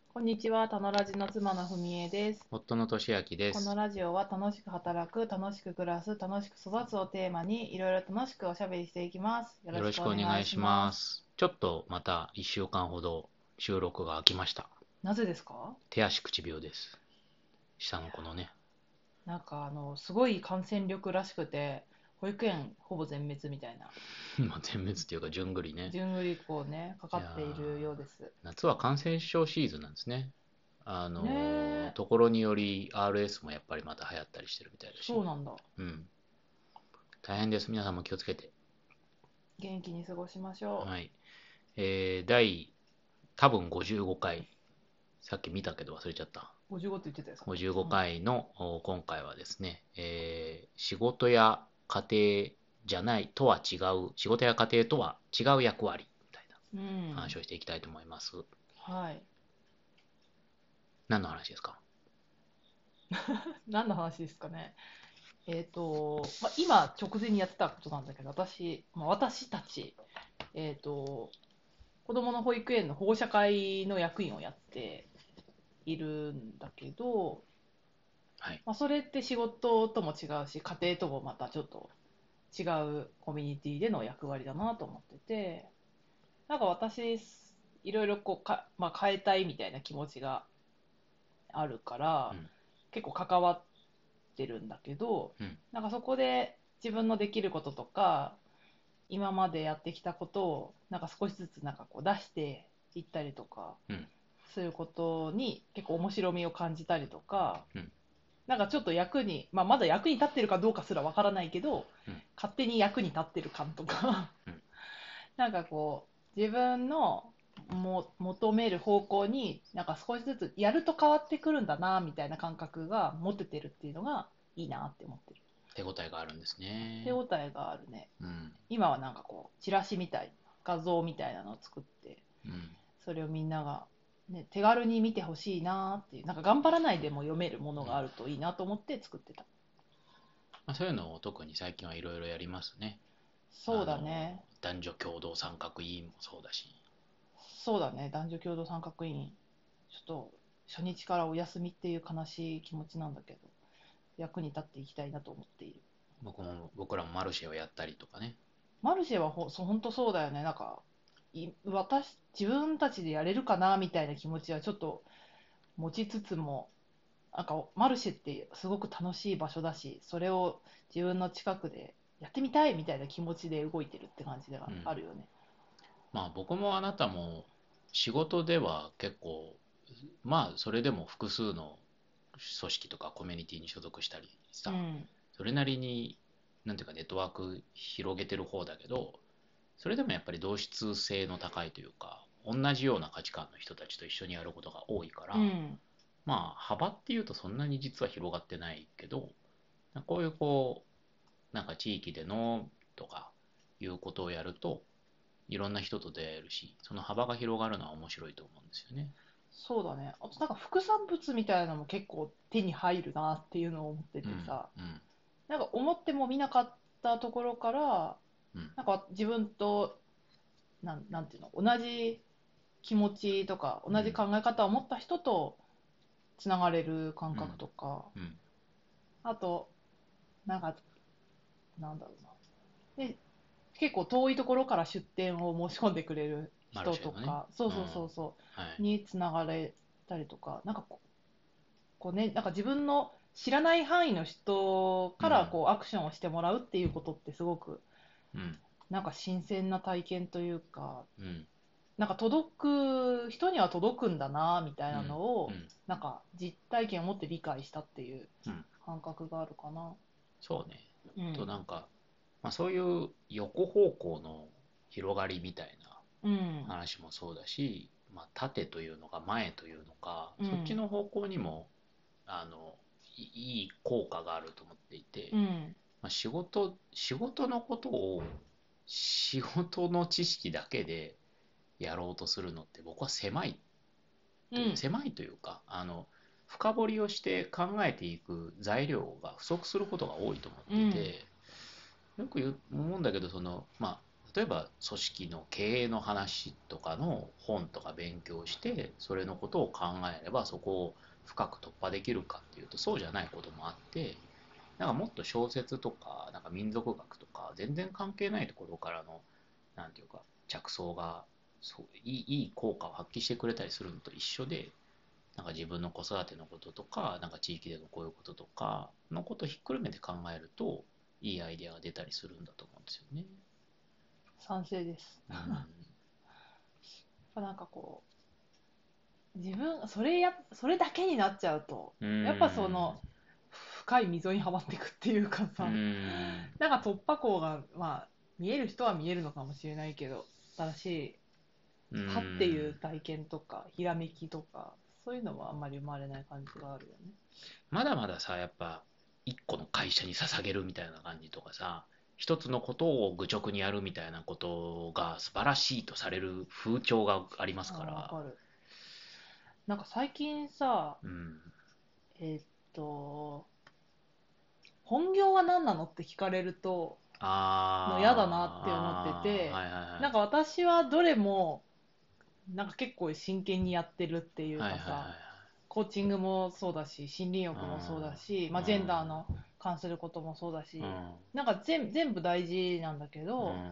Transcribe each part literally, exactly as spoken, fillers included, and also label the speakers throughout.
Speaker 1: こんにちは、たのラジの妻のふみえです。
Speaker 2: 夫の俊明で
Speaker 1: この
Speaker 2: す。
Speaker 1: ラジオは楽しく働く、楽しく暮らす、楽しく育つをテーマにいろいろ楽しくおしゃべりしていきます。よろしく
Speaker 2: よろしくお
Speaker 1: お願いし
Speaker 2: 願いし
Speaker 1: ます。
Speaker 2: ます。ちょっとまたいっしゅうかんほど収録が空きました。
Speaker 1: なぜですか？
Speaker 2: 手足口病です。下の子のね。
Speaker 1: なんかあの、すごい感染力らしくて、保育園ほぼ全滅みたいな、
Speaker 2: まあ全滅っていうか順繰りね。
Speaker 1: 順繰りこうね、かか
Speaker 2: いや
Speaker 1: っているようです。
Speaker 2: 夏は感染症シーズンなんですね。あ
Speaker 1: ね
Speaker 2: のー
Speaker 1: え、
Speaker 2: ところにより アールエス もやっぱりまた流行ったりしてるみたいだし。
Speaker 1: そうなんだ。
Speaker 2: うん。大変です。皆さんも気をつけて。
Speaker 1: 元気に過ごしましょ
Speaker 2: はい。えー、第多分ごじゅうごかい。さっき見たけど忘れちゃった。
Speaker 1: う。ごじゅうごって言ってたよ、さっき。
Speaker 2: 55
Speaker 1: うん。
Speaker 2: 回の今回はですね、えー仕事や家庭じゃないとは違う、仕事や家庭とは違う役割みたいな
Speaker 1: うん。
Speaker 2: 話をしていきたいと思います。
Speaker 1: はい。
Speaker 2: 何の話ですか？
Speaker 1: 何の話ですかね。えーとまあ、今直前にやってたことなんだけど、私、まあ、私たち、えーと、子どもの保育園の保護者会の役員をやっているんだけど、
Speaker 2: はい。
Speaker 1: まあ、それって仕事とも違うし家庭ともまたちょっと違うコミュニティでの役割だなと思ってて、なんか私いろいろこうか、まあ、変えたいみたいな気持ちがあるから
Speaker 2: うん。
Speaker 1: 結構関わってるんだけど、
Speaker 2: うん。
Speaker 1: なんかそこで自分のできることとか今までやってきたことをなんか少しずつなんかこう出していったりとか
Speaker 2: うん。
Speaker 1: することに結構面白みを感じたりとか、
Speaker 2: うん。
Speaker 1: なんかちょっと役に、まあ、まだ役に立ってるかどうかすらわからないけど
Speaker 2: うん。
Speaker 1: 勝手に役に立ってる感とか
Speaker 2: うん。
Speaker 1: なんかこう自分のも求める方向になんか少しずつやると変わってくるんだなみたいな感覚が持ててるっていうのがいいなって思ってる。
Speaker 2: 手応えがあるんです
Speaker 1: 手
Speaker 2: ね。
Speaker 1: 応えがあるね。
Speaker 2: うん。
Speaker 1: 今はなんかこうチラシみたい画像みたいなのを作って
Speaker 2: うん。
Speaker 1: それをみんなが、ね、手軽に見てほしいなっていう、なんか頑張らないでも読めるもの
Speaker 2: うん。
Speaker 1: があるといいなと思って作ってた。
Speaker 2: まあ、そういうのを特に最近はいろいろやりますね。
Speaker 1: そう
Speaker 2: あの、
Speaker 1: だね。
Speaker 2: 男女共同参画委員もそうだし。
Speaker 1: そうだね。男女共同参画委員。ちょっと初日からお休みっていう悲しい気持ちなんだけど、役に立っていきたいなと思っている。
Speaker 2: 僕も、僕らもマルシェをやったりとかね。
Speaker 1: マルシェはほそ本当そうだよね。なんかい私自分たちでやれるかなみたいな気持ちはちょっと持ちつつも、なんかマルシェってすごく楽しい場所だし、それを自分の近くでやってみたいみたいな気持ちで動いてるって感じでは
Speaker 2: うん。
Speaker 1: あるよね。
Speaker 2: まあ僕もあなたも仕事では結構、まあそれでも複数の組織とかコミュニティに所属したりさ、
Speaker 1: うん。
Speaker 2: それなりになんていうかネットワーク広げてる方だけど、それでもやっぱり同質性の高いというか、同じような価値観の人たちと一緒にやることが多いから、
Speaker 1: うん。
Speaker 2: まあ幅っていうとそんなに実は広がってないけど、こういうこう、なんか地域でのとかいうことをやると、いろんな人と出会えるし、その幅が広がるのは面白いと思うんですよね。
Speaker 1: そうだね。あとなんか副産物みたいなのも結構手に入るなっていうのを思って
Speaker 2: うん、
Speaker 1: てさ、
Speaker 2: うん、
Speaker 1: なんか思っても見なかったところから、
Speaker 2: うん、
Speaker 1: なんか自分と、なんなんていうの、同じ気持ちとか、同じ
Speaker 2: うん、
Speaker 1: 考え方を持った人とつながれる感
Speaker 2: うん、
Speaker 1: 覚とか、
Speaker 2: うん、
Speaker 1: あと、なんか、なんだろうな。で、結構遠いところから出店を申し込んでくれる
Speaker 2: マル
Speaker 1: 人
Speaker 2: シェのね。
Speaker 1: とか、そう
Speaker 2: うん、
Speaker 1: そうそうそ
Speaker 2: はい。
Speaker 1: う、につながれたりとか、なんかここうね、なんか自分の知らない範囲の人
Speaker 2: うん、
Speaker 1: からこうアクションをしてもらうっていうことってすごく
Speaker 2: うん、
Speaker 1: なんか新鮮な体験というか、
Speaker 2: うん、
Speaker 1: なんか届く人には届くんだなみたいなの
Speaker 2: うん、う
Speaker 1: を
Speaker 2: ん、
Speaker 1: なんか実体験を持って理解したっていう
Speaker 2: うん。
Speaker 1: 感覚があるかな。
Speaker 2: そうね。と
Speaker 1: うん。
Speaker 2: なんか、まあ、そういう横方向の広がりみたいな
Speaker 1: うん。
Speaker 2: 話もそうだし、まあ、縦というのか前というのか、そっち
Speaker 1: うん。
Speaker 2: の方向にもあのいいい効果があると思っていて、
Speaker 1: うん。
Speaker 2: まあ、仕事仕事のことを仕事の知識だけでやろうとするのって僕は狭いという
Speaker 1: うん。
Speaker 2: 狭いというか、あの深掘りをして考えていく材料が不足することが多いと思っ
Speaker 1: うん。
Speaker 2: ていて、よく言う思うんだけど、そのまあ例えば組織の経営の話とかの本とか勉強してそれのことを考えればそこを深く突破できるかっていうとそうじゃないこともあって、なんかもっと小説とかなんか民族学とか全然関係ないところからのなんていうか着想がそういい、いい効果を発揮してくれたりするのと一緒で、なんか自分の子育てのこととかなんか地域でのこういうこととかのことをひっくるめて考えるといいアイデアが出たりするんだと思うんですよね。
Speaker 1: 賛成です。
Speaker 2: う
Speaker 1: やっぱなんかこう自分それやそれだけになっちゃうと
Speaker 2: ん、
Speaker 1: やっぱその深い溝にはまっていくっていうか
Speaker 2: うー
Speaker 1: さ、
Speaker 2: ん、
Speaker 1: なんか突破口がまあ見える人は見えるのかもしれないけど、新し
Speaker 2: うー
Speaker 1: いはっていう
Speaker 2: ん、
Speaker 1: 体験とかひらめきとかそういうのはあんまり生まれない感じがあるよね。
Speaker 2: まだまださ、やっぱ一個の会社に捧げるみたいな感じとかさ、一つのことを愚直にやるみたいなことが素晴らしいとされる風潮があります
Speaker 1: あ
Speaker 2: から、
Speaker 1: あ、わかる。なんか最近さ、
Speaker 2: うん、
Speaker 1: えーっと本業は何なのって聞かれるとの嫌だなって思って
Speaker 2: あー、
Speaker 1: て、
Speaker 2: はいはいはい、
Speaker 1: なんか私はどれもなんか結構真剣にやってるっていう
Speaker 2: はいはいはい
Speaker 1: かさ、コーチングもそうだし森林浴もそうだし、まあ、ジェンダーの関することもそうだ
Speaker 2: はい、
Speaker 1: し、なんか全全部大事なんだけ
Speaker 2: うん、
Speaker 1: ど、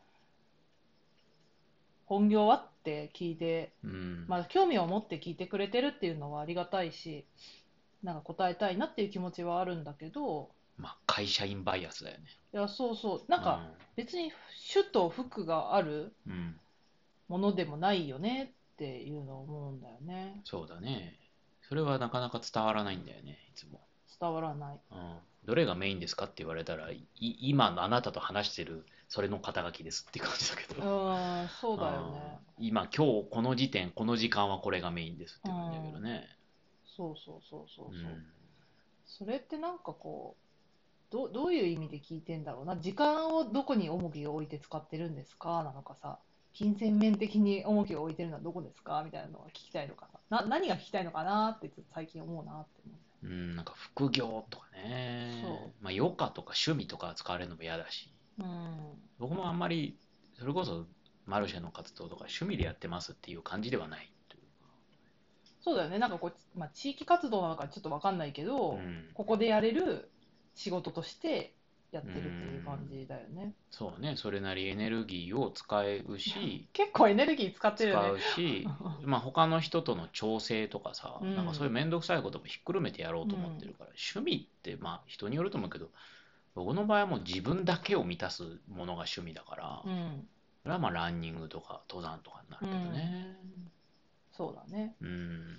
Speaker 1: 本業はって聞いて、
Speaker 2: うん、うん、
Speaker 1: まあ、興味を持って聞いてくれてるっていうのはありがたいし、なんか答えたいなっていう気持ちはあるんだけど、
Speaker 2: まあ会社員バイアスだよね。
Speaker 1: いやそうそう、なんか別に主と副がある
Speaker 2: うん、うん、
Speaker 1: ものでもないよねっていうのを思うんだよね。
Speaker 2: そうだね。それはなかなか伝わらないんだよね、いつも。
Speaker 1: 伝わらない。
Speaker 2: うん、どれがメインですかって言われたら、い今のあなたと話してるそれの肩書きですって感じだけど、
Speaker 1: うーん、そう
Speaker 2: うん、
Speaker 1: だよね。
Speaker 2: 今、今日この時点、この時間はこれがメインですっ
Speaker 1: う
Speaker 2: て感じだけど
Speaker 1: ん、
Speaker 2: ね。
Speaker 1: そうそうそうそうそう。
Speaker 2: うん、
Speaker 1: それってなんかこう、ど、どういう意味で聞いてんだろうな。時間をどこに重きを置いて使ってるんですかなのかさ、金銭面的に重きを置いてるのはどこですかみたいなのが聞きたいのかさ。な、何が聞きたいのかなってちょっと最近思うなって思
Speaker 2: うん、なんか副業とか
Speaker 1: う。そ
Speaker 2: ね、まあ、余暇とか趣味とか使われるのも嫌だし、
Speaker 1: う。うん。
Speaker 2: 僕もあんまり、それこそマルシェの活動とか趣味でやってますっていう感じではないというか。
Speaker 1: そうだよね。なんかこう、まあ、地域活動なのかちょっとわかんないけど、
Speaker 2: うん、
Speaker 1: ここでやれる仕事としてやっ
Speaker 2: う
Speaker 1: てるっていう感
Speaker 2: ん、
Speaker 1: じだよね。
Speaker 2: そうね、それなりエネルギーを使えるし、
Speaker 1: 結構エネルギー使ってるよね。
Speaker 2: 使うし、まあ、他の人との調整とかさ、
Speaker 1: うん。
Speaker 2: なんかそういう面倒くさいこともひっくるめてやろうと思って
Speaker 1: うん。
Speaker 2: るから、趣味ってまあ人によると思うけど、僕の場合はもう自分だけを満たすものが趣味だから、
Speaker 1: うん。
Speaker 2: それはまあランニングとか登山とかになるけど
Speaker 1: うん。
Speaker 2: ね。
Speaker 1: そうだね。
Speaker 2: うん。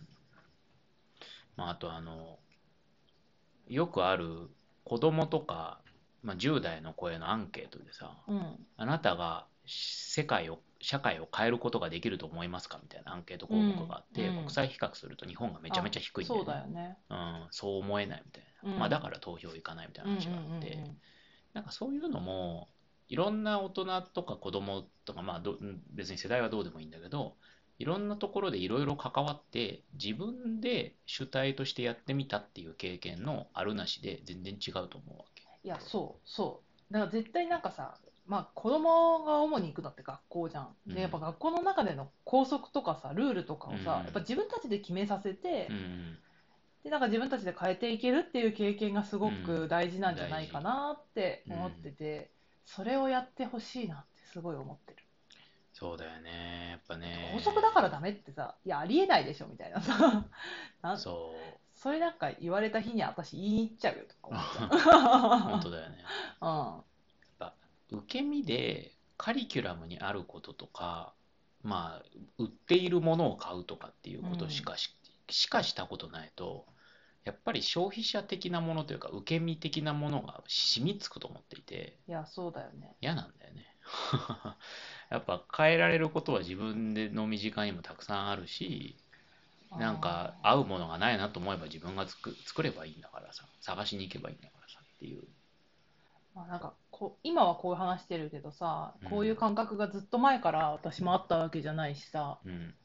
Speaker 2: まあ、あとあの、よくある子供とか、まあ、じゅう代の子へのアンケートでさ、
Speaker 1: うん。
Speaker 2: あなたが世界を、社会を変えることができると思いますかみたいなアンケート項目
Speaker 1: うん。
Speaker 2: があって、国
Speaker 1: うん。
Speaker 2: 際比較すると日本がめちゃめ
Speaker 1: あ、
Speaker 2: ちゃ低いんだ
Speaker 1: そう
Speaker 2: よね。
Speaker 1: だよね。
Speaker 2: うん、そう思えないみたいな。まあだ
Speaker 1: うん。
Speaker 2: から投票行かないみたいな
Speaker 1: うん。うん。う
Speaker 2: 話があって、
Speaker 1: ん。
Speaker 2: なんかそういうのも、いろんな大人とか子供とか、まあど別に世代はどうでもいいんだけど、いろんなところでいろいろ関わって、自分で主体としてやってみたっていう経験のあるなしで全然違うと思うわけ。
Speaker 1: いや、そう、そう。だから絶対なんかさ、まあ子供が主に行くのって学校じゃん。で、やっ
Speaker 2: うん。
Speaker 1: ぱ学校の中での校則とかさ、ルールとか
Speaker 2: う
Speaker 1: をさ、やっぱ
Speaker 2: ん。
Speaker 1: 自分たちで決めさせて、
Speaker 2: うん。
Speaker 1: で、なんか自分たちで変えていけるっていう経験がすご
Speaker 2: うん。
Speaker 1: く大事なんじゃないか
Speaker 2: 大事。
Speaker 1: なって思っ
Speaker 2: うん。
Speaker 1: てて、それをやってほしいなってすごい思ってる。
Speaker 2: そうだよね。やっぱ
Speaker 1: だって校則だから
Speaker 2: ね。
Speaker 1: ダメってさ、いや、ありえないでしょみたいなさ、な
Speaker 2: そ
Speaker 1: それなんか言われた日に私言いに行っちゃうよとか
Speaker 2: う。
Speaker 1: 思っち
Speaker 2: 本当だよね。
Speaker 1: ゃ
Speaker 2: やっぱ受け身でカリキュラムにあることとか、まあ、売っているものを買うとかっていう
Speaker 1: う。うん。う
Speaker 2: ことし
Speaker 1: ん。
Speaker 2: かし、しかしたことないと、やっぱり消費者的なものというか、受け身的なものが染みつくと思っていて、
Speaker 1: いや、そうだよね。
Speaker 2: 嫌なんだよね。やっぱ変えられることは自分での身近にもたくさんあるし、なんか合う
Speaker 1: あ
Speaker 2: ものがないなと思えば自分が作作ればいいんだからさ、探しに行けばいいんだからさっていう。
Speaker 1: ー、まあ、なんかこう今はこう話してるけどさ、
Speaker 2: うん、
Speaker 1: こういう感覚がずっと前から私もあったわけじゃないしさ、
Speaker 2: うん、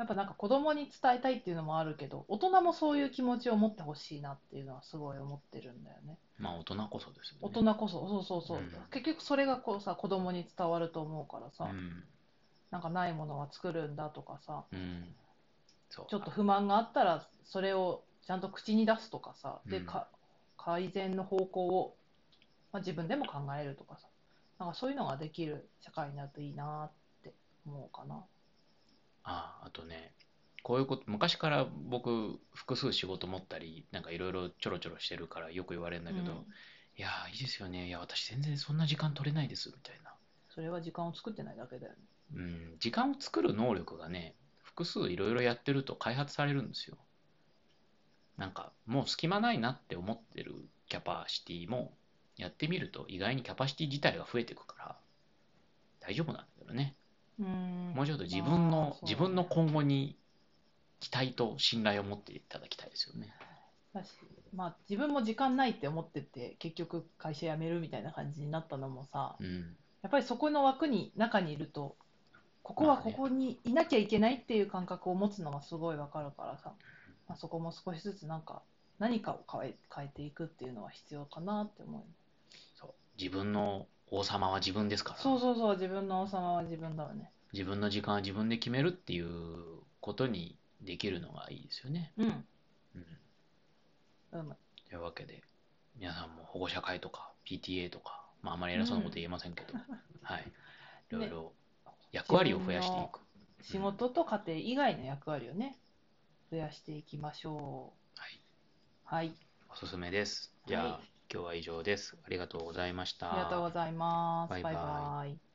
Speaker 1: やっぱなんか子供に伝えたいっていうのもあるけど、大人もそういう気持ちを持ってほしいなっていうのはすごい思ってるんだよね。
Speaker 2: まあ大人こそですよ
Speaker 1: 大
Speaker 2: ね。
Speaker 1: 人こそ、そうそうそう。
Speaker 2: うん。
Speaker 1: 結局それがこうさ、子供に伝わると思うからさ、
Speaker 2: うん。
Speaker 1: なんかないものは作るんだとかさ、
Speaker 2: うん。そう。
Speaker 1: ちょっと不満があったらそれをちゃんと口に出すとかさ、
Speaker 2: うん。
Speaker 1: でか改善の方向を、まあ、自分でも考えるとかさ、なんかそういうのができる社会になるといいなって思うかな。
Speaker 2: ああ、あとね、こういうこと、昔から僕、複数仕事持ったり、なんかいろいろちょろちょろしてるからよく言われるんだけど、
Speaker 1: うん。
Speaker 2: いやー、いいですよね。いや、私全然そんな時間取れないです、みたいな。
Speaker 1: それは時間を作ってないだけだよね。
Speaker 2: うん、時間を作る能力がね、複数いろいろやってると開発されるんですよ。なんか、もう隙間ないなって思ってるキャパシティも、やってみると意外にキャパシティ自体が増えていくから、大丈夫なんだけどね。
Speaker 1: うーん、
Speaker 2: もうちょっと自分
Speaker 1: まあ
Speaker 2: の、自分の
Speaker 1: そうね。
Speaker 2: 今後に期待と信頼を持っていただきたいですよね。
Speaker 1: だし、まあ自分も時間ないって思ってて、結局会社辞めるみたいな感じになったのもさ、
Speaker 2: うん。
Speaker 1: やっぱりそこの枠に中にいると、ここは
Speaker 2: まあね。
Speaker 1: ここにいなきゃいけないっていう感覚を持つのがすごいわかるからさ、まあ、そこも少しずつなんか何かを変え、変えていくっていうのは必要かなって思う。
Speaker 2: そう。自分の王様は自分ですから、
Speaker 1: そうそうそう、自分の王様は自分だわね。
Speaker 2: 自分の時間は自分で決めるっていうことにできるのがいいですよね。
Speaker 1: うん。
Speaker 2: うん。
Speaker 1: うん。
Speaker 2: というわけで、皆さんも保護者会とか ピーティーエー とか、まああまり偉そうなこと
Speaker 1: うん。
Speaker 2: 言えませんけど、はい。いろい
Speaker 1: ね、
Speaker 2: ろ役
Speaker 1: 自
Speaker 2: 割を増やしてい
Speaker 1: 分の
Speaker 2: く。うん。
Speaker 1: 仕事と家庭以外の役割をね、増やしていきましょ
Speaker 2: はい。
Speaker 1: う。はい。
Speaker 2: おすすめです。じ
Speaker 1: はい。
Speaker 2: ゃあ、今日は以上です。ありがとうございまし
Speaker 1: ありがとう
Speaker 2: た。
Speaker 1: ございます。
Speaker 2: バイ
Speaker 1: バイ
Speaker 2: バイ。
Speaker 1: バイ。